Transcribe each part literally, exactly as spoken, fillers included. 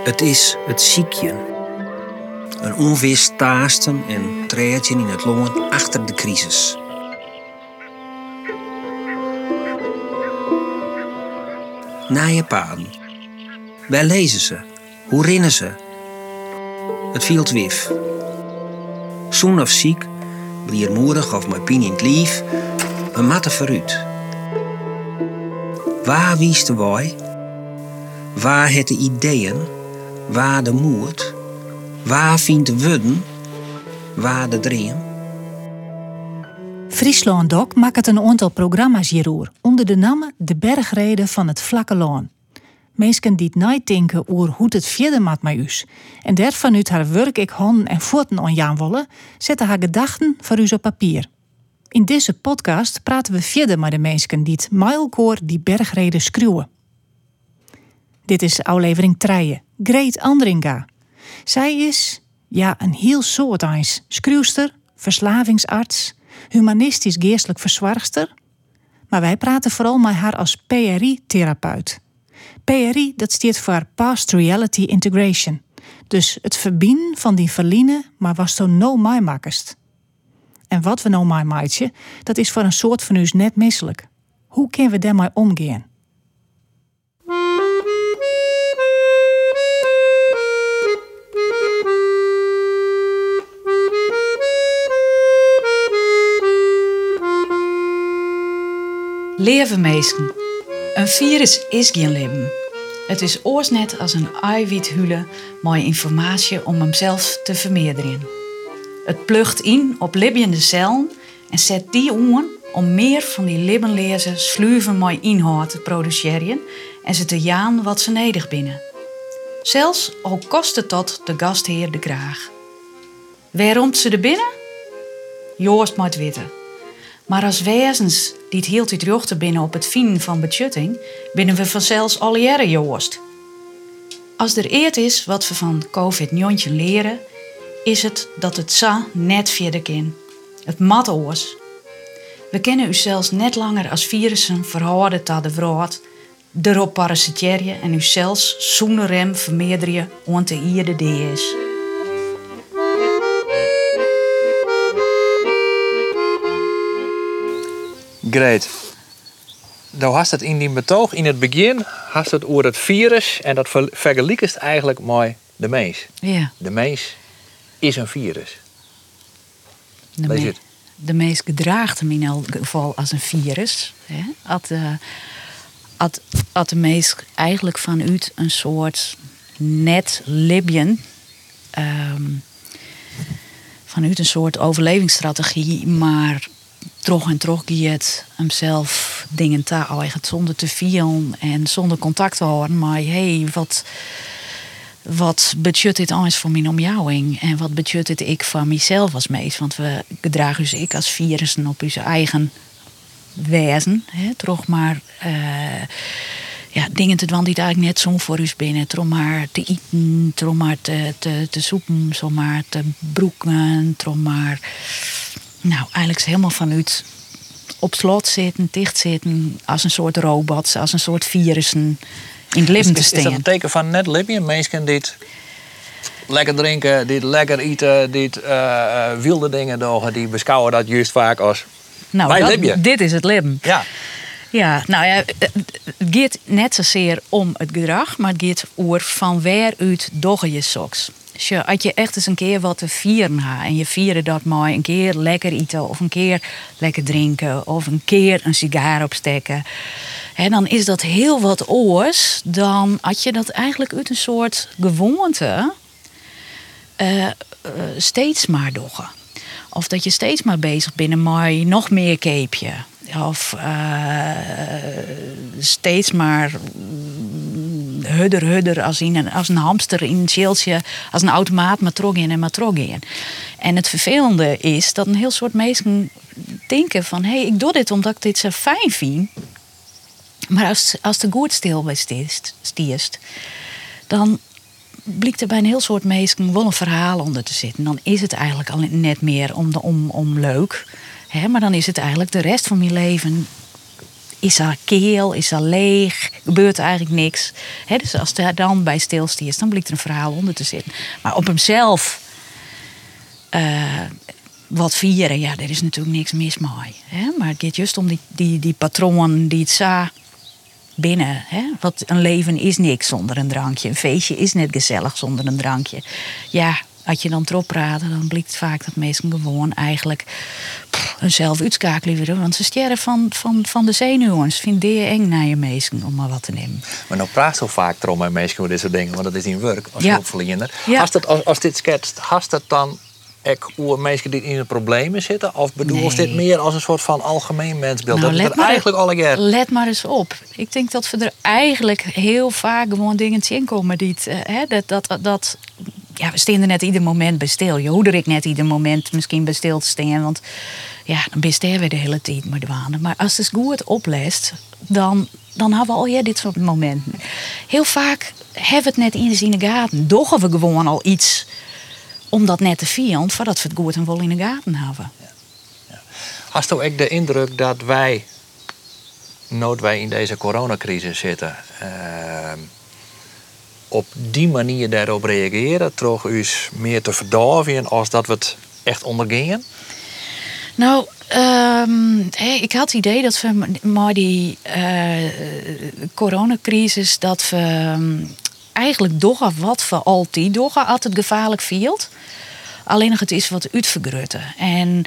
Het is het ziekjen. Een onwist taasten en treedje in het longen achter de crisis. Nije paden. Waar lezen ze? Hoe rennen ze? Het viel wif. Zoen of ziek, bliermoedig of met pijn in het lief, we matten vooruit. Waar wiest de woi? Waar het de ideeën? Waar de moed? Waar vindt de wudden? Waar de dream? Friesland Doc maakt een aantal programma's hierover onder de naam De Bergrede van het Vlakke Loon. Mensen die het denken over hoe het verder moet met us. En daar vanuit haar werk ik handen en voeten aan Jan willen, zetten haar gedachten voor u op papier. In deze podcast praten we verder met de mensen die het mijlkoor die bergrede schreeuwen. Dit is aflevering drie. Greet Andringa. Zij is, ja, een heel soort eens. Schreeuwster, verslavingsarts, humanistisch geestelijk verzorgster. Maar wij praten vooral met haar als P R I-therapeut. P R I, dat staat voor Past Reality Integration. Dus het verbinden van die verliezen, maar was zo no mij makkest. En wat we nou mij maatje, dat is voor een soort van us net misselijk. Hoe kunnen we daarmee omgaan? Leven meesken. Een virus is geen leven. Het is oors net als een eiwit hule met informatie om hemzelf te vermeerderen. Het plucht in op libbende cellen en zet die aan om meer van die libbenlezen sluiven met inhoud te produceren en ze te jaan wat ze nedig binnen. Zelfs al kost het tot de gastheer de graag. Waarom ze er binnen? Joost moet weten. Maar als wezens die het heel tijd jochten binnen op het vinden van betjutting, binnen we vanzelfs al jaren joost. Als er eerd is wat we van covid negentien leren, is het dat het sa net verder kan. Het mat oors. We kennen u zelfs net langer als virussen verhouden tot de wraad, erop parasiteren en u zelfs zonder rem vermeerderen want de ierde de is. Great. Nou hast het in die betoog in het begin hast het over het virus en dat ver- vergelijkst eigenlijk met de mens. Ja. De mens is een virus. De, Lees me- het. de mens gedraagt hem in elk geval als een virus. Hè? Als, uh, als, als de mens eigenlijk vanuit een soort net libjen, um, vanuit een soort overlevingsstrategie, maar trog en trog gaat hemzelf dingen te eigen zonder te vielen en zonder contact te houden. Maar hey, wat, wat budget dit alles voor mijn omjouwing en wat budget dit ik van mezelf als meest? Want we gedragen dus ik als virussen op onze eigen wezen. Hè, toch maar uh, ja, dingen te doen die eigenlijk net zo voor ons binnen. Trom maar te eten, trom maar te, te, te soepen, trom maar te broeken, trom maar. Nou, eigenlijk helemaal vanuit op slot zitten, dicht zitten, als een soort robots, als een soort virussen in het leven te Is, staan. is dat een teken van net libben? Mensen die het lekker drinken, die het lekker eten, die het uh, wilde dingen doen, die beschouwen dat juist vaak als Nou, wij dat, libben. dit is het leven. Ja. Ja, nou ja, het gaat net zozeer om het gedrag, maar het gaat over van waaruit dogge je soks. Dus je, als je echt eens een keer wat te vieren hebt en je vieren dat maar een keer lekker eten of een keer lekker drinken of een keer een sigaar opsteken, hè, dan is dat heel wat oors dan als je dat eigenlijk uit een soort gewoonte uh, uh, steeds maar dogge. Of dat je steeds maar bezig bent met nog meer keepje. Of uh, steeds maar hudder, hudder als, in een, als een hamster in een shieldje, als een automaat maar trog in en maar trog in. En het vervelende is dat een heel soort mensen denken van, hé, hey, ik doe dit omdat ik dit zo fijn vind. Maar als, als de goed stil bij stiest, dan blijkt er bij een heel soort mensen wel een verhaal onder te zitten. Dan is het eigenlijk al net meer om, de, om, om leuk. Hè? Maar dan is het eigenlijk de rest van mijn leven. Is dat keel, is dat leeg, gebeurt er eigenlijk niks. He, dus als daar dan bij stilstiert, dan blijkt er een verhaal onder te zitten. Maar op hemzelf uh, wat vieren, ja, daar is natuurlijk niks mis mee. Hè? Maar het gaat juist om die, die, die patronen die het zo binnen. Hè? Want een leven is niks zonder een drankje. Een feestje is net gezellig zonder een drankje. Ja, als je dan erop praat, dan blijkt vaak dat mensen gewoon eigenlijk pff, hunzelf uitschakelen willen. Want ze sterren van, van, van de zenuwen. Ze vinden het eng naar je mensen om maar wat te nemen. Maar nou praat zo vaak erom met mensen over dit soort dingen, want dat is niet werk als ja. hulpverlener. Ja. Als, als, als dit schetst, hast het dan ook hoe mensen die in de problemen zitten? Of bedoel je Nee. dit meer als een soort van algemeen mensbeeld? Nou, dat let het maar- eigenlijk alle keer. Let maar eens op. Ik denk dat we er eigenlijk heel vaak gewoon dingen in komen die het, eh, hè, dat, dat, dat, ja, we staan er net ieder moment bij stil. Je hoeder ik net ieder moment misschien bij stil te staan, want ja, dan ben je weer de hele tijd maar dwanen. Maar als het goed opleest, dan, dan hebben we al ja, dit soort momenten. Heel vaak hebben we het net eens in de gaten. Doggen we gewoon al iets om dat net te vieren, voordat we het goed en wel in de gaten hebben. Hast je ook de indruk dat wij, nooit wij in deze coronacrisis zitten, uh, op die manier daarop reageren, toch us meer te verdorven als dat we het echt ondergingen? Nou, um, hey, ik had het idee dat we maar die uh, coronacrisis, dat we um, eigenlijk doggen wat we altijd doggen, als het gevaarlijk viel. Alleen nog het is wat uitvergrutten. En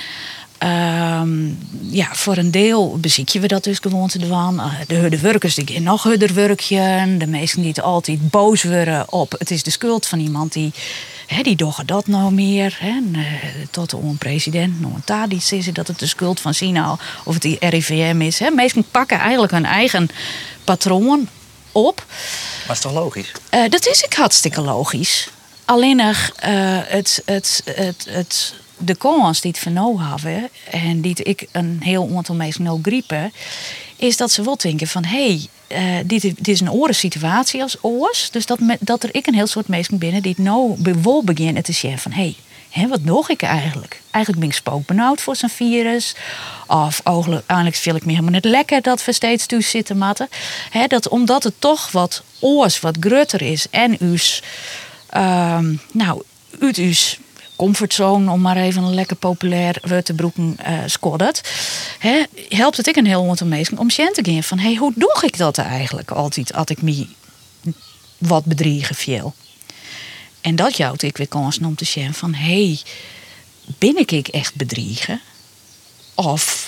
um, ja, voor een deel bezieken we dat dus gewoon te doen. De harde werkers die nog harder werken. De mensen die het altijd boos worden op. Het is de schuld van iemand die, hè, die doggen dat nou meer. Hè. En, uh, tot een president, nog een Tadic is het dat het de schuld van Sina of het die R I V M is. Hè. Mensen pakken eigenlijk hun eigen patroon op. Maar is toch logisch? Uh, dat is ik hartstikke logisch. Alleen nog uh, het, het, het, het, de kans die het vernomen hebben en die ik een heel aantal mensen nou griepen, is dat ze wel denken van hé, hey, uh, dit, dit is een oore situatie als oors. Dus dat, me, dat er ik een heel soort mensen binnen die het nou wel beginnen te zeggen van hé, hey, wat nog ik eigenlijk? Eigenlijk ben ik spookbenauwd voor zo'n virus. Of eigenlijk vind ik me helemaal niet lekker dat we steeds thuis zitten matten. He, dat omdat het toch wat oors, wat grutter is en us, um, nou, uit us comfortzone, om maar even een lekker populair woord te broeken, uh, scoddert. He, helpt het ik een heel aantal mensen om zien te gaan van hé, hey, hoe doe ik dat eigenlijk altijd als ik me wat bedriegen viel? En dat jouwt ik weer kansen om te zeggen van hé, hey, ben ik ik echt bedriegen? Of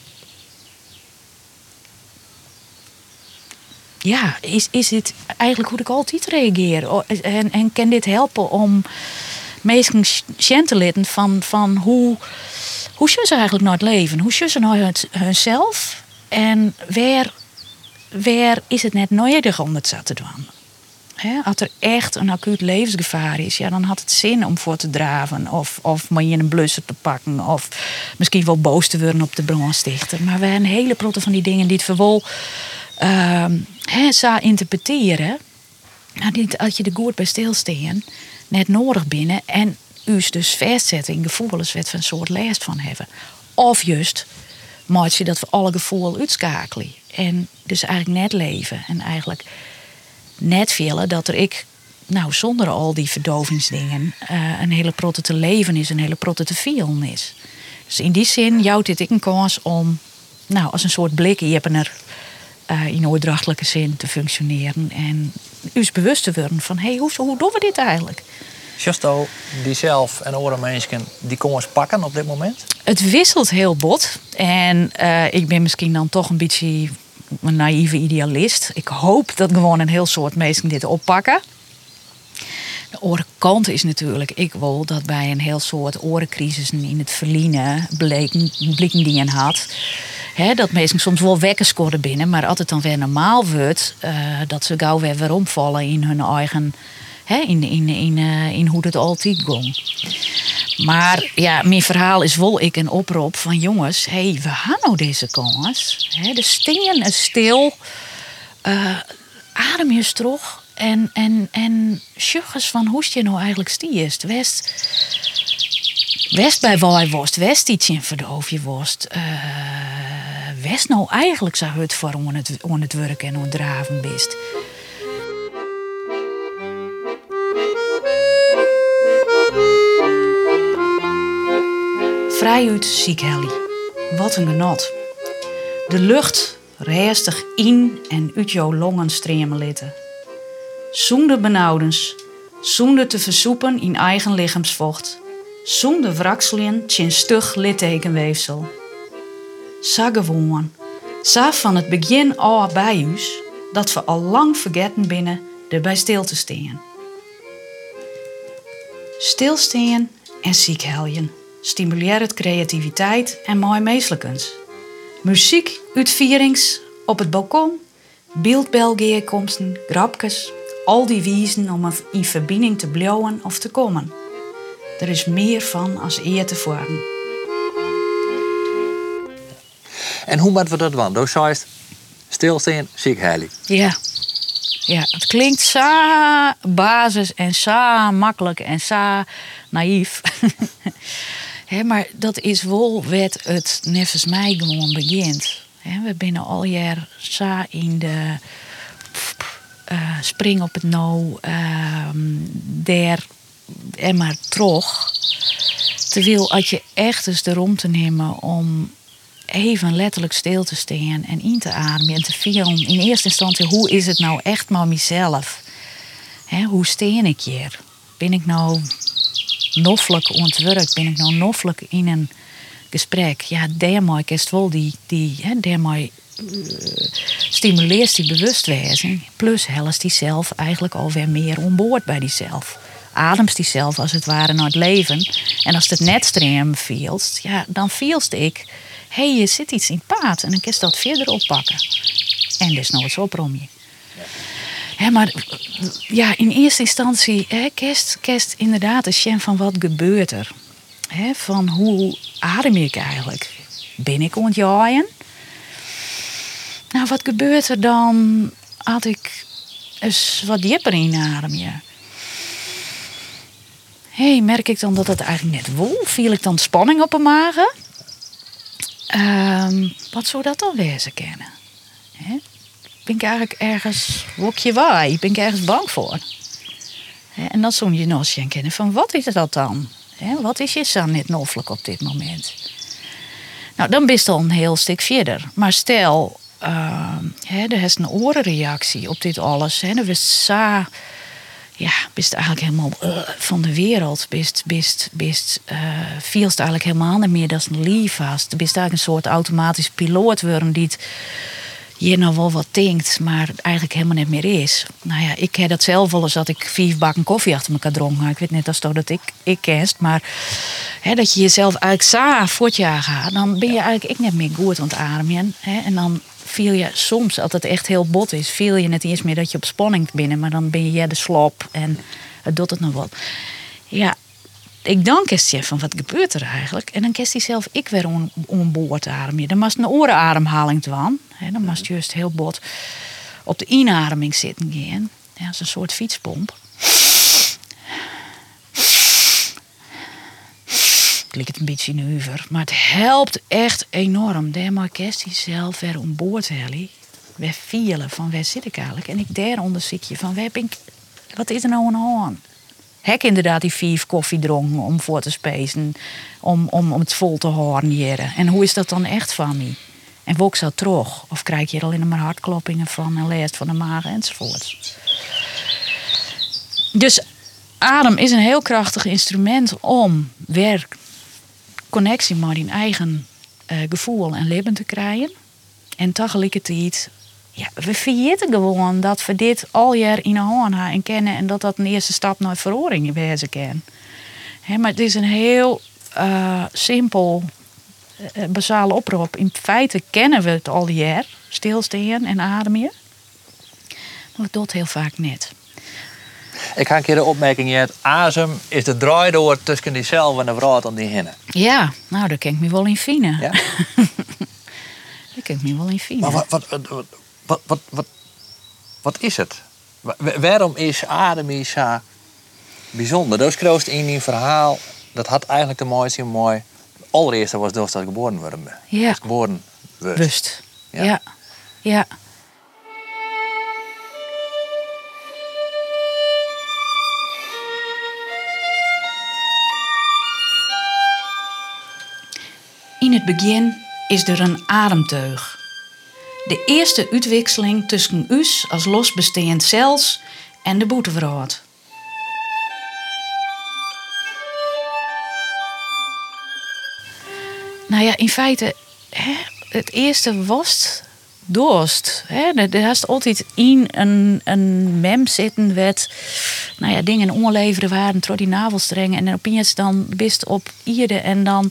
ja, is, is dit eigenlijk hoe ik altijd reageer? En, en kan dit helpen om mensen zien te leren van, van hoe, hoe ze eigenlijk naar het leven? Hoe ze nou het, hunzelf? En waar, waar is het net nodig om het zo te doen? He, als er echt een acuut levensgevaar is, ja, dan had het zin om voor te draven. Of, of maar je een blusser te pakken. Of misschien wel boos te worden op de brandstichter. Maar we hebben een hele protte van die dingen die het we wel uh, he, zo interpreteren. Nou, die, als je er goed bij stilstaan, net nodig binnen. En us dus vastzetten in gevoelens wat we een soort last van hebben. Of juist, maakt je dat we alle gevoel uitschakelen. En dus eigenlijk net leven. En eigenlijk net willen dat er ik, nou zonder al die verdovingsdingen, uh, een hele protte te leven is, een hele protte te vielen is. Dus in die zin jouwt dit ik een kans om, nou als een soort blik, je hebt er uh, in oordrachtelijke zin te functioneren en us bewust te worden van hé, hey, hoe, hoe doen we dit eigenlijk? Justo die zelf en andere mensen die kans pakken op dit moment? Het wisselt heel bot en uh, ik ben misschien dan toch een beetje een naïeve idealist. Ik hoop dat gewoon een heel soort mensen dit oppakken. De orenkant is natuurlijk, ik wil dat bij een heel soort orencrisissen in het verliezen bleken, blikken die een had. He, dat mensen soms wel wekken scoren binnen, maar als het dan weer normaal wordt, uh, dat ze gauw weer weer omvallen in hun eigen, he, in, in, in, uh, in hoe het altijd ging. Maar ja, mijn verhaal is wel ik een oproep van jongens, hé, hey, we gaan nou deze kans. He, de stingen is stil, uh, adem je terug en, en, en sjuggers van hoe je nou eigenlijk stiest. West, west bij waar worst, west iets in verdoof je worst. Uh, wes nou eigenlijk zo hut voor on het, on het werk en on het draven bist. Vrijuit ziek Helly. Wat een genot. De lucht reestig in en uit jouw longen streamen litten. Zonder benauwdens, zonder te versoepen in eigen lichaamsvocht, zonder wrakselien tjen stug littekenweefsel. Sa gewoon, sa van het begin al bij us, dat we al lang vergeten binnen erbij stil te staan. Stilstaan en ziek heljen stimuleert creativiteit en mooi meeslijkens. Muziek, uitvierings op het balkon, beeldbelgeerkomsten, grapjes, al die wijzen om in verbinding te blijven of te komen. Er is meer van als eer tevoren. En hoe moeten we dat doen? Dus zei stilstaan, ziek heilig. Ja. Ja, het klinkt zo basis en zo makkelijk en zo naïef. He, maar dat is wel wat het nevens mij gewoon begint. He, we binnen al jaar zo in de uh, spring op het nou, uh, daar en maar terug. Terwijl als je echt eens de ruimte te nemen om even letterlijk stil te staan en in te ademen en te vieren in eerste instantie hoe is het nou echt maar mezelf? He, hoe steen ik hier? Ben ik nou noffelijk ontwerkt? Ben ik nou noffelijk in een gesprek? Ja, daarmee is wel die, die he, daarmee uh, stimuleert die bewustwezing. Plus helst die zelf eigenlijk alweer meer onboord bij diezelf. Ademt die zelf als het ware naar het leven. En als het net stream feelt, ja, dan feelst ik. Hé, hey, je zit iets in het paad en dan kun je dat verder oppakken. En dus nooit zo oprom je. He, maar ja, in eerste instantie he, kerst, kerst inderdaad een sjem van wat gebeurt er. He, van hoe adem ik eigenlijk? Ben ik ontjaaien? Nou, wat gebeurt er dan als ik eens wat dieper inadem je? Hé, hey, merk ik dan dat het eigenlijk net wil? Viel ik dan spanning op mijn magen? Um, wat zou dat dan wezen kennen? He? Ben ik eigenlijk ergens wokje waai? Ben ik ergens bang voor? He? En dan zou je nog eens kennen van wat is dat dan? He? Wat is je zo net noffelijk op dit moment? Nou, dan ben je al een heel stuk verder. Maar stel, uh, he, er is een orenreactie op dit alles. He? Er is zo... Ja, bist eigenlijk helemaal uh, van de wereld. Bist, bist, bist, uh, vielst eigenlijk helemaal niet meer dat een lief hast. Bist eigenlijk een soort automatisch piloot worden die het je nou wel wat denkt, maar eigenlijk helemaal niet meer is. Nou ja, ik heb dat zelf wel eens dat ik vier bakken koffie achter elkaar dronk. Nou, ik weet niet als dat ik ik kerst, maar hè, dat je jezelf eigenlijk zo voort je gaat, dan ben je eigenlijk ik niet meer goed aan het ademen. Hè, en dan viel je soms, als het echt heel bot is, viel je net eens meer dat je op spanning binnen, maar dan ben je ja, de slop en het doet het nog wat. Ja, ik dan kist je van wat gebeurt er eigenlijk? En dan kist hij zelf ik weer on, onboord ademen. Dan was een orenademhaling doen. Dan was het juist heel bot op de inademing zitten gaan. Ja, dat is een soort fietspomp. Klinkt een beetje nuver, maar het helpt echt enorm. Daarmee kist hij zelf weer onboord hellen. Weer vielen van waar zit ik eigenlijk? En ik daaronder zie je van waar ben ik, wat is er nou aan? Hek inderdaad die vier koffie dronken om voor te spacen, om, om, om het vol te horen hier. En hoe is dat dan echt van me? En wok zo terug? Of krijg je er alleen maar hartkloppingen van en leest van de maag enzovoort. Dus adem is een heel krachtig instrument om weer connectie met je eigen uh, gevoel en leven te krijgen. En tegelijkertijd, ja, we vergeten gewoon dat we dit al jaar in de hand hebben en kennen en dat dat een eerste stap naar verhoring wezen kan. He, maar het is een heel uh, simpel, uh, basale oproep. In feite kennen we het al jaar, stilstaan en ademen. Maar dat doet heel vaak niet. Ik ga een keer de opmerking uit. Adem is de draaidoor tussen die zelf en de vrouw aan die hinnen. Ja, nou, daar kan ik me wel in vinden. Ja? daar kan ik me wel in vinden. Maar wat, wat, wat, wat, wat, wat, wat is het? Waarom is adem zo bijzonder? Dat kroost in die verhaal. Dat had eigenlijk de mooiste mooi. Het allereerste was dat dat geboren worden. Ja. Geboren wust. Wust. Ja. Ja. Ja. In het begin is er een ademteug. De eerste uitwisseling tussen us als losbesteend cels en de boetevraad. Nou ja, in feite, hè, het eerste was dorst. Hè. Er was altijd in een, een mem zitten met nou ja, dingen onleveren waren, door die navelstrengen. En dan opeens dan best op ierde en dan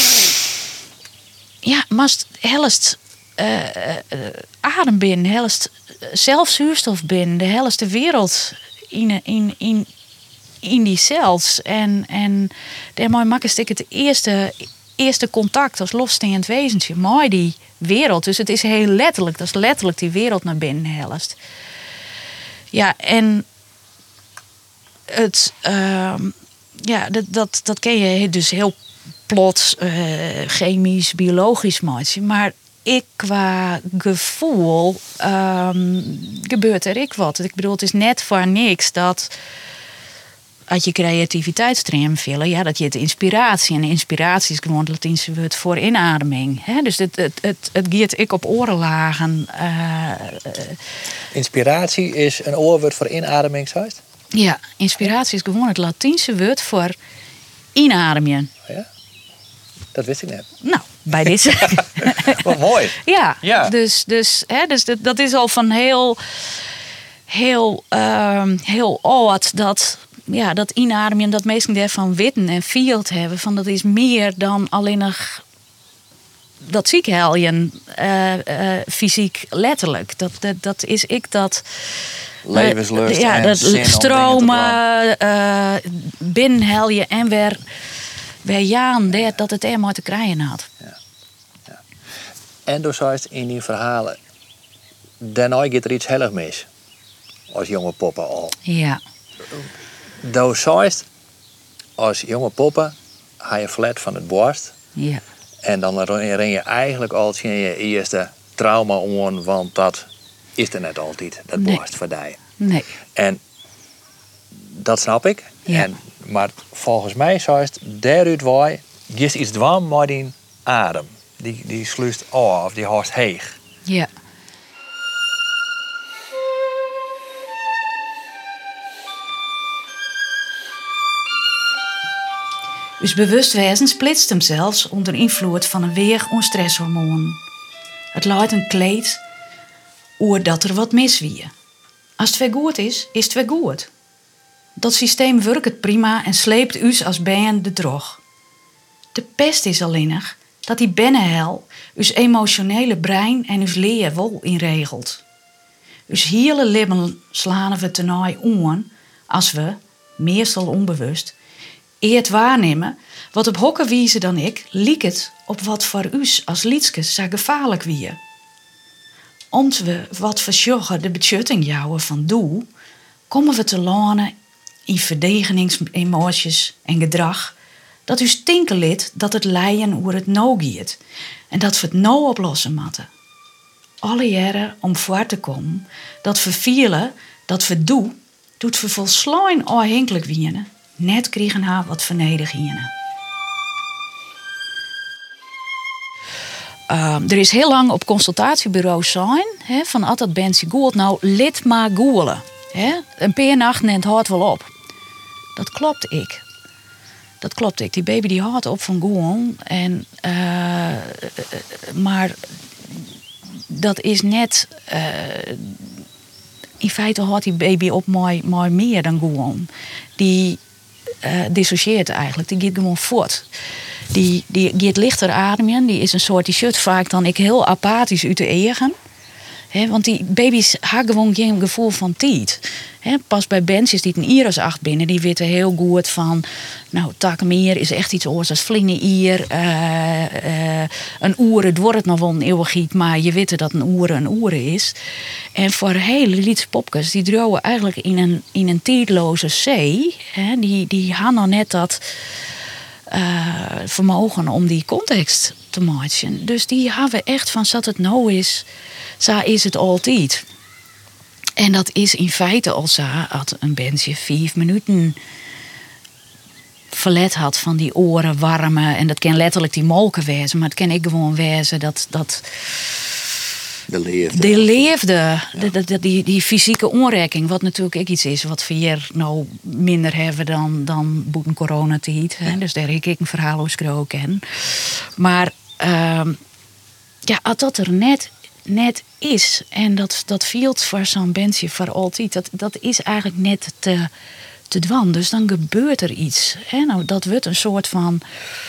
ja, mast helst uh, uh, adem binnen, helst zelf zuurstof binnen, de helste wereld in, in, in, in die cels. En, en daarmee maak ik het eerste, eerste contact als losstaand wezentje met die wereld. Dus het is heel letterlijk, dat is letterlijk die wereld naar binnen helst. Ja, en het, uh, ja, dat, dat, dat ken je dus heel plots, uh, chemisch, biologisch maken. Maar ik qua gevoel um, gebeurt er ik wat. Ik bedoel, het is net voor niks dat als je creativiteitsstream vullen, ja, dat je het inspiratie. En inspiratie is gewoon het Latijnse woord voor inademing. Hè? Dus het, het, het, het gaat ik op orenlagen. Uh, Inspiratie is een oorwoord voor inademing, juist? Ja, inspiratie is gewoon het Latijnse woord voor inademen. Ja? Dat wist ik net. Nou, bij dit. Wat mooi. Ja, Ja. dus, dus, hè, dus dat, dat is al van heel, heel, uh, heel oud dat, ja, dat inademen, dat mensen daarvan weten en field hebben. Van dat is meer dan alleen nog dat ziekheljen, uh, uh, fysiek letterlijk. Dat, dat, dat is ik dat. Levenslust Uh, ja, en dat zin om dingen te stromen, uh, binnenheljen en weer. Bij Jaan deed dat het helemaal te krijgen had. Ja. Ja. En door zoals in die verhalen, daarna gaat er iets heel erg mis. Als jonge poppen al. Ja. Door zoals als jonge poppen ga je flat van het borst. Ja. En dan ren je eigenlijk al in je eerste trauma om, want dat is er net altijd, dat Nee. borst voor die. Nee. En dat snap ik. Ja. En, maar volgens mij zou het daaruit wij gist iets dwam maar die adem. Die, die sluist af, die haast heeg. Ja. Dus bewustwezen splitst hem zelfs onder invloed van een weeg on stresshormoon. Het laat een kleed oer dat er wat mis wie. Als het weer goed is, is het weer goed. Dat systeem werkt prima en sleept us als band de drog. De pest is alleen nog dat die binnenhel us emotionele brein en us leer wel inregelt. Us hele leven slaan we tenaai aan als we, meestal onbewust, eert waarnemen wat op hokke wijze dan ik liek het op wat voor us als liedskes zo gevaarlijk wie. Omdat we wat versjoggen de betjutting jouwen van doel, komen we te lanen in verdedigingsemoties en gedrag dat u stinken lid dat het leien oer het nou giet en dat we het nou oplossen moeten. Alle jaren om voor te komen dat vervielen dat we doen, doet we volslijn afhankelijk wienen, net kregen haar wat vernederingen. Uh, er is heel lang op consultatiebureaus zijn hè, van altijd mensen goed, nou lid maar goelen. Hè? Een paar nachten en het houdt wel op. Dat klopt ik. Dat klopt ik. Die baby die houdt op van goelen. En, uh, maar dat is net. Uh, in feite houdt die baby op mooi, mooi meer dan goelen. Die uh, dissocieert eigenlijk. Die gaat gewoon voort. Die, die gaat lichter ademen. Die is een soort, die shut vaak dan ik heel apathisch uit de eigen. He, want die baby's hebben gewoon geen gevoel van tijd. He, pas bij bandjes die een iris acht binnen, die weten heel goed van, nou, takmeer is echt iets oors als vlinge ier. Uh, uh, een oer, het wordt nog wel een eeuwigheid, maar je weet dat een oer een oer is. En voor hele lietse popkes, die drogen eigenlijk in een, in een tijdloze zee. He, die, die gaan nog net dat. uh, vermogen om die context te maken. Dus die hebben echt van, zat het nou is, zo is het altijd. En dat is in feite al zo, had een bandje vijf minuten verlet had van die oren warmen. En dat kan letterlijk die molken wezen, maar het kan ik gewoon wezen dat... dat De leefde. De leefde, ja. de, de, die, die fysieke onrekking, wat natuurlijk ook iets is wat we hier nou minder hebben dan, dan boeten coronatijd. Ja. Dus daar heb ik een verhaal over ken. Maar uh, ja, als dat er net, net is, en dat, dat field voor zo'n bandje voor altijd, dat, dat is eigenlijk net te, te dwan. Dus dan gebeurt er iets. Hè? Nou, dat wordt een soort van...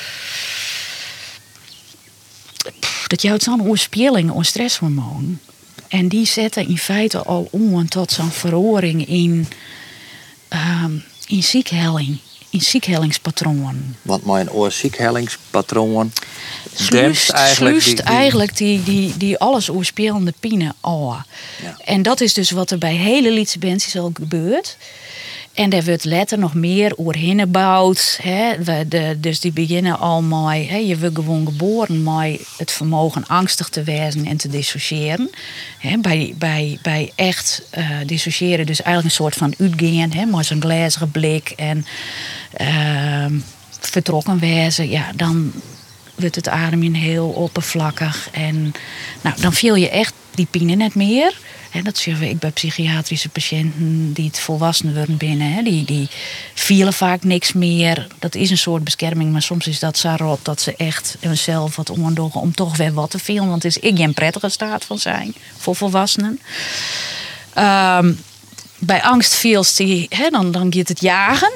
Dat jouwt zo'n oorspeling, een stresshormoon. En die zetten in feite al om tot zo'n verhoring in, um, in ziekhelling, in ziekhellingspatroon. Want mijn oorziekhellingspatroon Sluist eigenlijk, die, die... eigenlijk die, die, die alles oorspelende pine al. Ja. En dat is dus wat er bij hele lietse bandjes al gebeurt. En daar wordt later nog meer oorheen gebouwd. Dus die beginnen al met... He, je wordt gewoon geboren met het vermogen angstig te wezen en te dissociëren. He, bij, bij, bij echt uh, dissociëren, dus eigenlijk een soort van uitgaan. He, met zo'n glazige blik en uh, vertrokken wezen. Ja, dan wordt het ademen heel oppervlakkig. En nou, dan viel je echt die pine net meer... He, dat zie ik bij psychiatrische patiënten die het volwassenen worden binnen. He, die, die vielen vaak niks meer. Dat is een soort bescherming, maar soms is dat zo rot dat ze echt hunzelf wat onderdogen om toch weer wat te vielen. Want het is ik geen prettige staat van zijn voor volwassenen. Um, bij angst viels die, he, dan, dan gaat het jagen.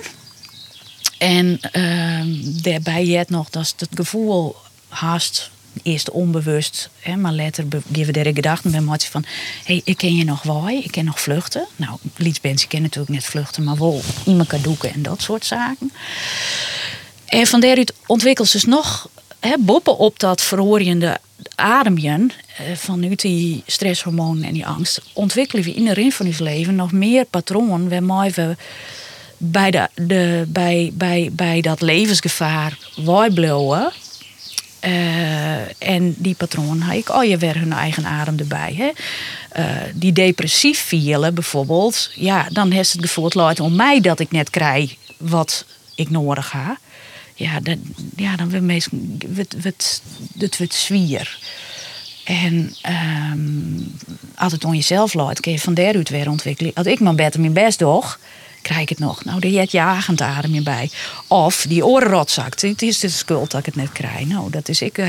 En um, daarbij je het nog dat het gevoel haast. Eerst onbewust, hè, maar later geven we er gedachten bij mensen van... hé, hey, ik ken je nog waai, ik ken nog vluchten. Nou, lietsmensen kennen natuurlijk net vluchten, maar wel iemand kan doeken en dat soort zaken. En van daaruit ontwikkelt ze dus nog hè, boppen op dat verhorende ademjen... Eh, vanuit die stresshormonen en die angst... ontwikkelen we in de rin van ons leven nog meer patronen... waarmee we bij, de, de, bij, bij, bij dat levensgevaar waaiblowen... Uh, en die patroon had ik al je weer hun eigen adem erbij. Hè? Uh, die depressief vielen bijvoorbeeld. Ja, dan heeft het gevoel laat om mij dat ik net krijg wat ik nodig heb. Ja, dan, ja, dan wordt meestal het wordt zwier. En um, als het om jezelf laat, kun je van daaruit weer ontwikkelen. Als ik maar beter mijn best doe, krijg ik het nog. Nou, daar heb je jagend adem je bij. Of die oren rotzakt. Het is de schuld dat ik het net krijg. Nou, dat is ik. Uh...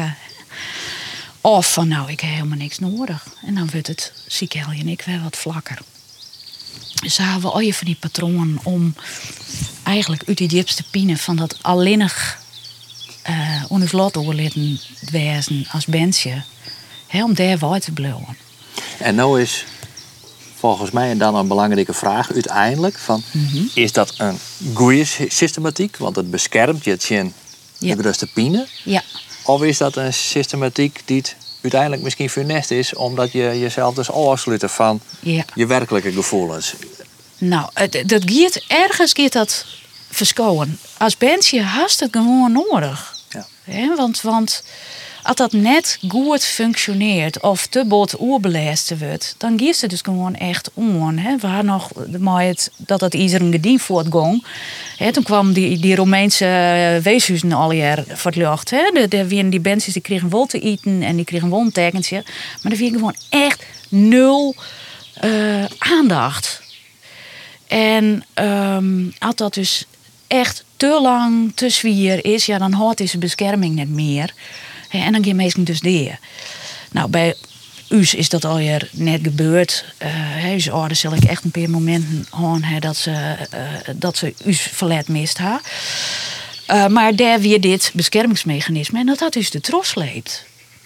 Of van, nou, ik heb helemaal niks nodig. En dan wordt het ziekhelje en ik weer wat vlakker. Dus hebben we al je van die patronen om eigenlijk uit die diepste pine van dat alleenig uh, onder slot oorlitten wezen als bandje. He, om daar waar te blijven. En nou is volgens mij dan een belangrijke vraag uiteindelijk van, mm-hmm. Is dat een goede systematiek? Want het beschermt je tegen ja. de grootste pine. Ja. Of is dat een systematiek die het uiteindelijk misschien funest is, omdat je jezelf dus afsluit van ja. je werkelijke gevoelens? Nou, dat gaat ergens gaat dat verschonen. Als bandje hast het gewoon nodig. Ja. He, want, want als dat net goed functioneert of te bot oerbelezen wordt, dan geeft het dus gewoon echt om. Hè. We hadden nog maar het, dat dat iedereen gedien voortging. Hè, toen kwam die, die Romeinse weeshuizen al jaar voor het lucht. Hè. De, de, die bandjes die kregen wel te eten en die kregen wel een tekentje. Maar er was gewoon echt nul uh, aandacht. En um, als dat dus echt te lang, te zwier is, ja, dan houdt deze bescherming net meer. En dan gaan mensen dus deur. Nou, bij us is dat alweer net gebeurd. Uh, dus oh, daar zal ik echt een paar momenten aan dat ze, uh, dat ze us verlet mist ha. Uh, maar daar weer dit beschermingsmechanisme. En dat had dus de tros sleept.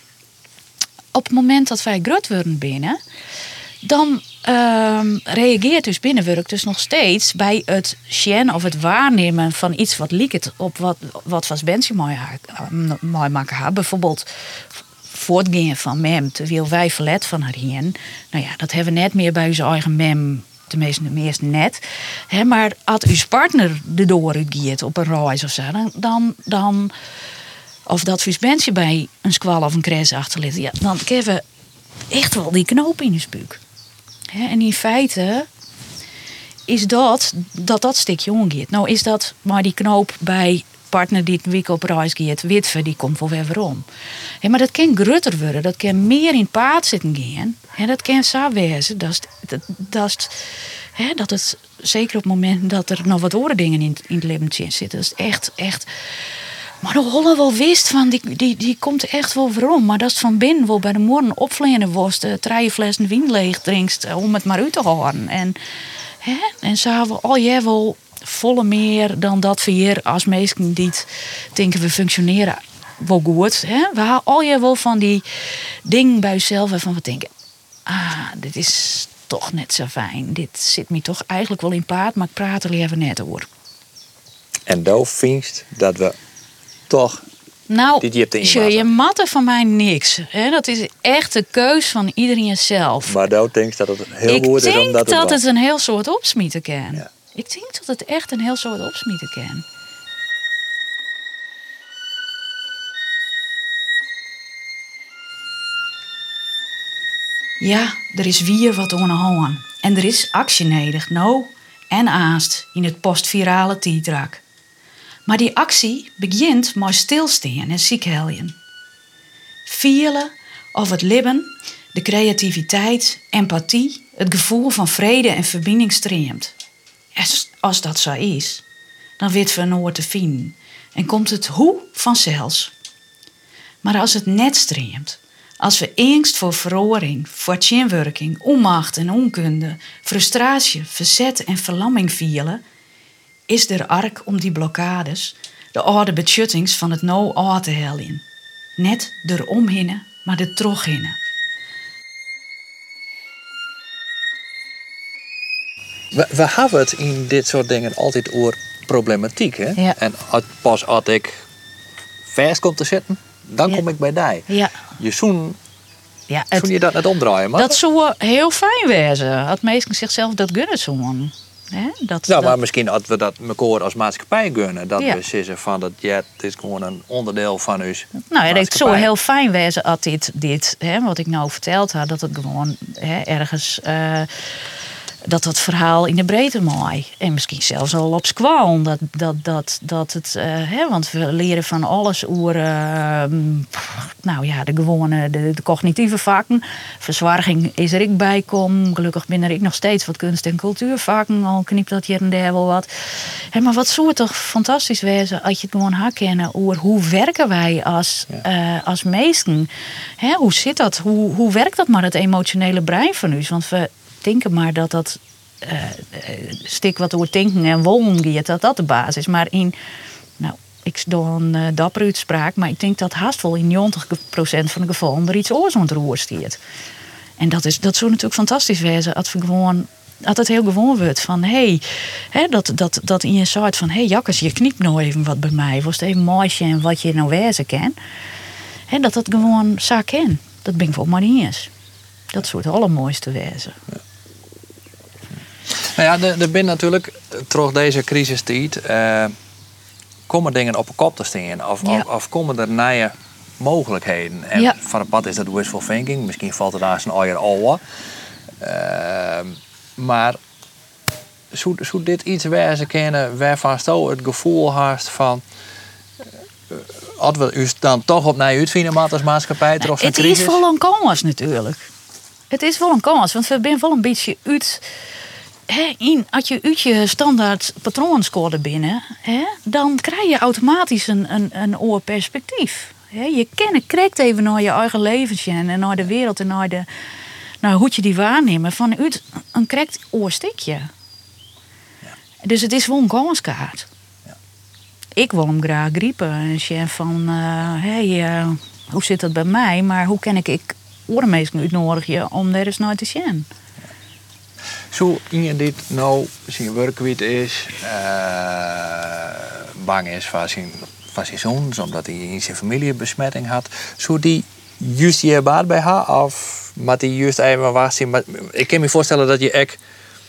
Op het moment dat wij groot worden binnen, dan uh, reageert dus binnenwerk dus nog steeds bij het zien of het waarnemen van iets wat lijkt op wat, wat was Bensie mooi, mooi maken had. Bijvoorbeeld voortgaan van mem, terwijl wij verlet van haar heen. Nou ja, dat hebben we net meer bij onze eigen mem tenminste de meeste net. Hè, maar als uw partner erdoor gaat op een reis of zo, dan, dan, dan of dat visbentje bij een squal of een crash achterliet, ja, dan krijgen we echt wel die knoop in de buik. Hè, en in feite is dat dat dat stukje omgeet. Nou is dat maar die knoop bij partner die het week op reis gaat, witve, die komt wel weer om. He, maar dat kan grutter worden, dat kan meer in het paard zitten gaan. En dat kan zo wezen, dat, dat, dat, he, dat het, zeker op het moment dat er nog wat andere dingen in, in het leven zitten, dat is echt, echt. Maar de Holle wel wist van, die, die, die komt echt wel waarom. Maar dat is van binnen wel bij de morgen opvlenen worst, uh, drie flessen wien leeg drinkst, uh, om het maar uit te houden. En, he, en zo hebben we al jij wel volle meer dan dat we hier als mensen die denken we functioneren wel goed. Hè? We halen al je wel van die dingen bij jezelf waarvan we denken, ah, dit is toch net zo fijn. Dit zit me toch eigenlijk wel in paard, maar ik praat er even net over. En dan vindt dat we toch nou, dit je hebt je, je matte van mij niks. Hè? Dat is echt de keus van iedereen zelf. Maar dan denk je dat het heel ik goed is omdat het het Ik denk dat was. het een heel soort opsmieten kan. Ja. Ik denk dat het echt een heel soort opsmieten kan. Ja, er is weer wat aan de hand. En er is actie nodig, nou en aast in het postvirale tijdrak. Maar die actie begint met stilstaan en ziekheljen. Vielen of het libben, de creativiteit, empathie, het gevoel van vrede en verbinding streamt. Als dat zo is, dan weten we een oor te vinden en komt het hoe vanzelfs. Maar als het net streamt, als we angst voor verroring, voor tjinwerking, onmacht en onkunde, frustratie, verzet en verlamming vielen, is er ark om die blokkades, de oude betjuttings van het no aan te hellen. Net eromhinnen, maar er terughinnen. We, we hebben het in dit soort dingen altijd over problematiek. Hè? Ja. En als, pas als ik vast kom te zitten, dan Ja. kom ik bij die. Ja, Je zoen, ja het, zoen je dat net omdraaien, maar? dat zou heel fijn wezen. Had mensen zichzelf dat gunnen zoen. Hè? Dat, Ja, dat, maar misschien dat we dat elkaar als maatschappij gunnen. Dat Ja. we zeggen van dat ja, het is gewoon een onderdeel van ons. Nou ja, het maatschappij. zou heel fijn wezen als dit, dit hè, wat ik nou verteld had, dat het gewoon hè, ergens. Uh, dat dat verhaal in de breedte mooi. En misschien zelfs al op squal. Dat, dat, dat, dat het, uh, hè, want we leren van alles over uh, nou ja, de gewone, de, de cognitieve vakken. Verzwarging is er ik bij kom. Gelukkig ben er ik nog steeds wat kunst- en cultuurvakken. Al knipt dat hier en daar wel wat. Hè, maar wat zou het toch fantastisch wezen als je het gewoon herkennen over hoe werken wij als, ja. uh, als meesten. Hè, hoe zit dat? Hoe, hoe werkt dat maar, het emotionele brein van u? Want we denken maar dat dat uh, stuk wat door denken en wollen gaat, dat dat de basis is. Maar in, nou, ik doe een uh, dapper uitspraak, maar ik denk dat haast wel in negentig procent van de gevallen er iets oors aan het roer stiert. En dat, is, dat zou natuurlijk fantastisch wezen als we gewoon, dat het heel gewoon wordt van, hé, hey, dat, dat, dat in je soort van, hé hey, Jakkes, je knipt nou even wat bij mij, was het even mooi en wat je nou wezen kan. En dat dat gewoon zo kan. Dat ben ik voor maar niet eens. Dat soort het allermooiste wezen. Ja. Nou ja, er, er zijn natuurlijk, door deze crisistijd, uh, komen dingen op een kop te staan. Of, Ja. of, of komen er nieuwe mogelijkheden. En Ja. van een pad is dat wishful thinking. Misschien valt er daar een eigen ouwe. Uh, maar zou, zou dit iets wezen kunnen waarvan je het gevoel hast van, Uh, als we u dan toch op naar uitvinden maar als maatschappij Nou, trots een het crisis? is wel een kans natuurlijk. Het is wel een kans, want we zijn wel een beetje uit. Hè, in, als je uit je standaard patroonscore binnen, hè, dan krijg je automatisch een, een, een oor perspectief. Hè, je kent, kijkt even naar je eigen leventje en naar de wereld en naar, de, naar hoe je die waarnemen vanuit een correct oorstikje. Ja. Dus het is wel een kanskaart. Ja. Ik wil hem graag griepen en zeggen van, uh, hey, uh, hoe zit dat bij mij? Maar hoe kan ik ik oormeesken uitnodigen om daar eens naar te zien? Zo iemand dit nou zijn werkgebied is, uh, bang is van zijn, van zijn zoon, omdat hij in zijn familie besmetting had, zou die juist je baat bij haar of moet hij juist even wachten? Ik kan me voorstellen dat je echt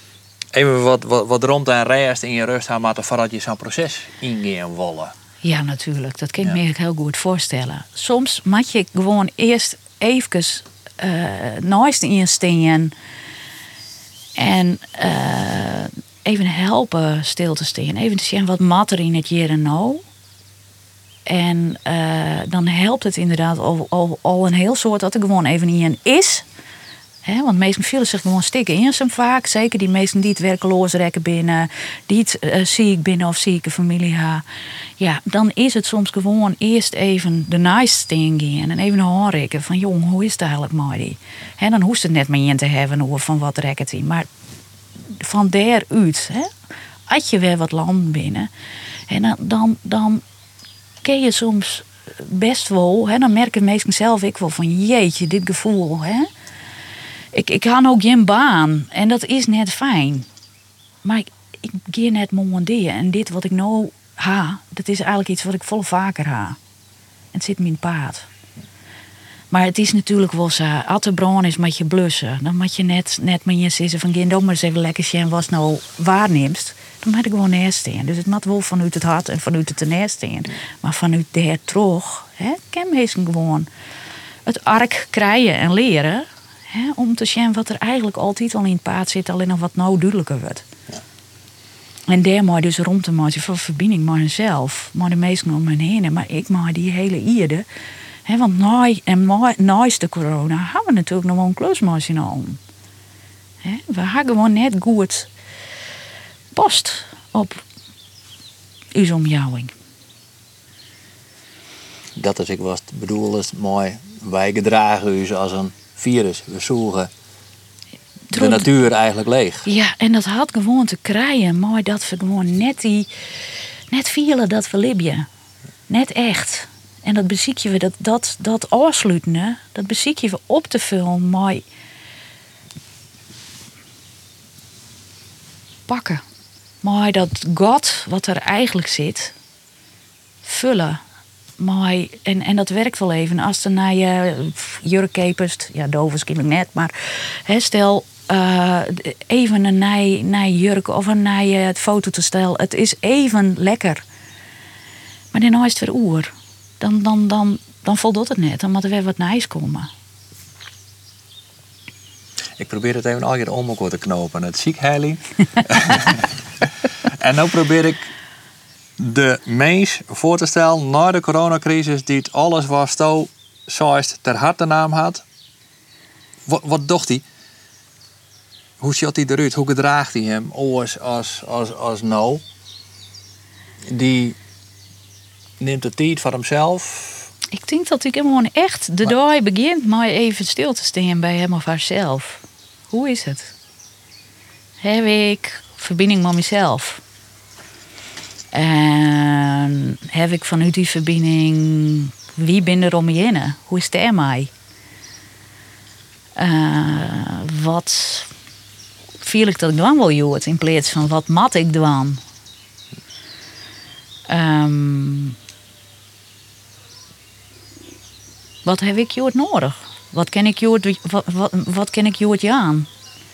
Even wat, wat, wat rond en rest in je rust aan maar voordat je zo'n proces ingaan willen. Ja, natuurlijk. Dat kan ik Ja. me heel goed voorstellen. Soms moet je gewoon eerst even uh, naast in staan en uh, even helpen stil te staan. Even te zien wat mat er in het hier en nou. En uh, dan helpt het inderdaad al, al, al een heel soort dat er gewoon even in is. He, want meesten vielen zich gewoon stikken in zijn vaak. Zeker die meesten die het werkeloos rekken binnen, die het uh, ziek binnen of zieke familie hebben. Ja, dan is het soms gewoon eerst even de nice thing gaan en even horen van jong, hoe is het eigenlijk maar die? He, dan hoeft het net meer in te hebben over van wat rekt hij. Maar van daaruit, hè, als je weer wat land binnen, en dan, dan, dan kun je soms best wel, hè, dan merken meesten zelf ik wel van jeetje, dit gevoel, hè. Ik, ik had ook geen baan en dat is net fijn. Maar ik, ik ga net momenteel. En dit wat ik nou ha, dat is eigenlijk iets wat ik vol vaker ha. En het zit me in het paard. Maar het is natuurlijk wel zo, als de bron is met je blussen, dan moet je net, net met je zeggen van geen dom maar eens even lekker zien wat nou waarneemt. Dan moet ik gewoon neer staan. Dus het moet wel vanuit het hart en vanuit het neer staan. Maar vanuit daar terug, hè, kan meestal gewoon het ark krijgen en leren. He, om te zien wat er eigenlijk altijd al in het paard zit, alleen nog wat nou duidelijker wordt. Ja. En daar moet je dus rond te maken voor verbinding met mezelf, met de mensen om me heen, maar ik maak die hele ierde. He, want na, en naast de corona hebben we natuurlijk nog wel een klusmachine aan. He, we hebben gewoon net goed post op uw omjouwing. Dat is ik was bedoel is mooi. Wij gedragen u als een virus. We zoeken de natuur eigenlijk leeg. Ja, en dat had gewoon te krijgen, maar dat we gewoon net die, net vielen dat we libje. Net echt. En dat beziekje we, dat, dat, dat afsluiten, dat beziekje we op te vullen, maar pakken. Maar dat God, wat er eigenlijk zit, vullen. Maar, en, en dat werkt wel even. Als er naar je jurk kepest, ja, dovers ken ik net, maar he, stel uh, even een nij, nij jurk of een nij het foto te stellen. Het is even lekker. Maar dan is het weer oer. Dan, dan, dan, dan voldoet het net. Dan moet er weer wat nijs komen. Ik probeer het even al je om elkaar te knopen. Het ziek heiling. En nu probeer ik de mens voor te stellen na de coronacrisis die het alles was zo zoals ter harte naam had. Wat, wat dacht hij? Hoe ziet hij eruit? Hoe gedraagt hij hem als, als, als, als nou? Die neemt de tijd voor hemzelf. Ik denk dat ik gewoon echt de dag begint maar even stil te staan bij hem of haarzelf. Hoe is het? Heb ik verbinding met mezelf? En heb ik vanuit die verbinding, wie ben er om me heen? Hoe is het er mij? Uh, wat viel ik dat ik dan wel jood in plaats van wat mat ik dan? Um, wat heb ik jood nodig? Wat ken ik jood, wat, wat, wat ken ik jood aan?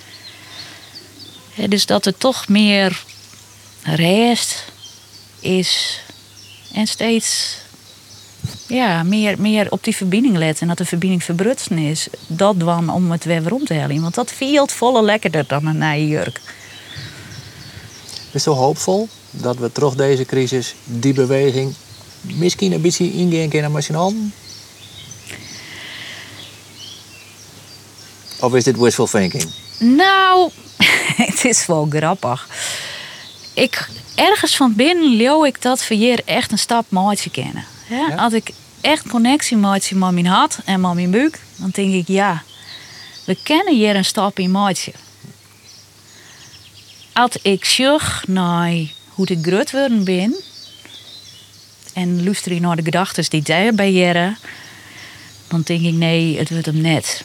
Ja, dus dat er toch meer rest is en steeds ja, meer, meer op die verbinding letten en dat de verbinding verbrutsen is. Dat dan om het weer rond te halen. Want dat viel volle lekkerder dan een nieuwe jurk. Is zo hoopvol dat we terug deze crisis, die beweging, misschien een beetje ingaan kunnen met z'n allen? Of is dit wishful thinking? Nou, het is wel grappig. Ik, ergens van binnen leeuw ik dat we hier echt een stap maatje kennen. Ja? Ja? Als ik echt connectie maatje met mijn hart en met mijn buik, dan denk ik ja, we kennen hier een stap in maatje. Als ik zag naar hoe ik groot worden ben en luister naar de gedachten die daarbij jaren, dan denk ik nee, het wordt hem net.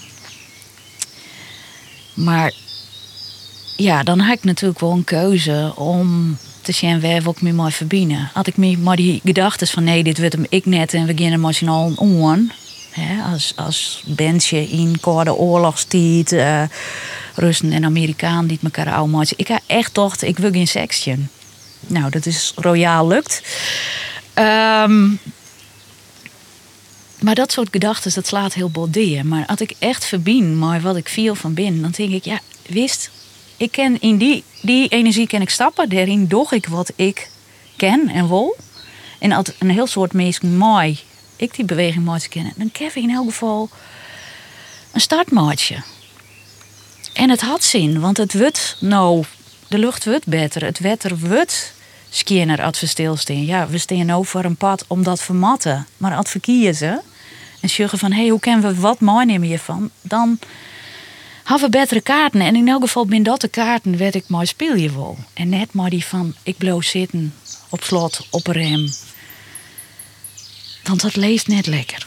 Maar ja, dan heb ik natuurlijk wel een keuze om te zien waar wil ik me mee verbinden. Had ik me maar die gedachten van nee, dit wordt hem ik net en we beginnen machinaal om. Als, als bandje in koude oorlogstijd, uh, Russen en Amerikanen die het elkaar oud. Ik had echt dacht, ik wil geen seksje. Nou, dat is royaal lukt. Um, maar dat soort gedachten, dat slaat heel bot. Maar als ik echt verbien maar wat ik viel van binnen, dan denk ik, ja, wist, ik ken in die, die energie kan ik stappen. Daarin doe ik wat ik ken en wil. En als een heel soort mensen mooi, ik die beweging mooi te kennen, dan heb ik in elk geval een startmaatje. En het had zin, want het wordt nou, de lucht wordt beter, het wetter wordt skinner als we stilstaan. Ja, we staan nou voor een pad om dat vermatten. Maar als we kiezen en zeggen van, hé, hey, hoe kunnen we wat meenemen hiervan? Dan hebben we betere kaarten. En in elk geval ben dat de kaarten werd ik mooi speel je wel. En net maar die van, ik blijf zitten, op slot, op een rem. Want dat leeft net lekker.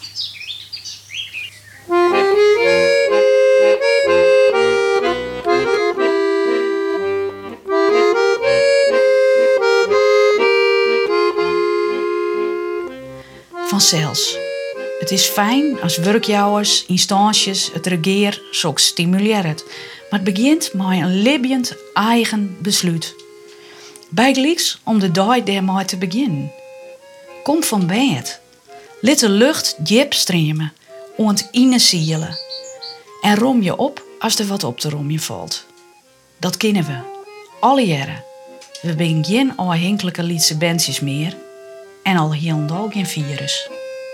Vanzelfs. Het is fijn als werkjouwers, instanties, het regeer zo stimuleert. Maar het begint met een libbend eigen besluit. Bijgelijks om de dag daarmee te beginnen. Kom van bed. Laat de lucht diep stromen, ont in zielen. En rom je op als er wat op te rommen valt. Dat kennen we. Alle jaren. We zijn geen afhankelijke lietse bandjes meer. En al heel dag geen virus.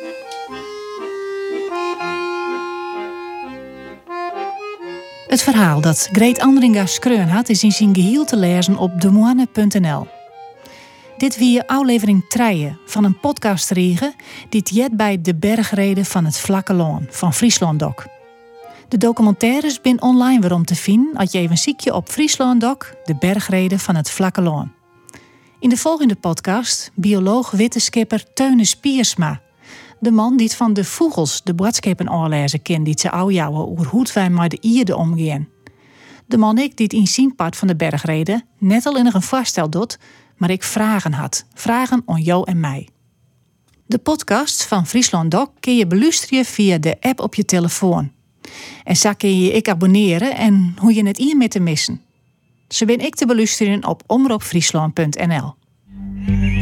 Het verhaal dat Greet Andringa schreeuwen had is in zijn geheel te lezen op demoine punt n l. Dit wie aflevering drie van een podcastregie die jet bij de bergreden van het Vlakke Loon van Friesland Doc. De documentaires zijn online weer om te vinden als je even ziekje op Friesland Doc, de bergreden van het Vlakke Loon. In de volgende podcast bioloog-wetenschapper Teune Spiersma. De man die het van de vogels de boodschappen aanlezen kent die ze oudjouwen over hoe wij met de ierde omgaan. De man ik die het in zijn part van de bergreden net al in een voorstel doet, maar ik vragen had. Vragen aan jou en mij. De podcasts van Friesland Doc kun je beluisteren via de app op je telefoon. En zo kun je ik abonneren en hoe je het hier mee te missen. Zo ben ik te beluisteren op omroep friesland punt n l.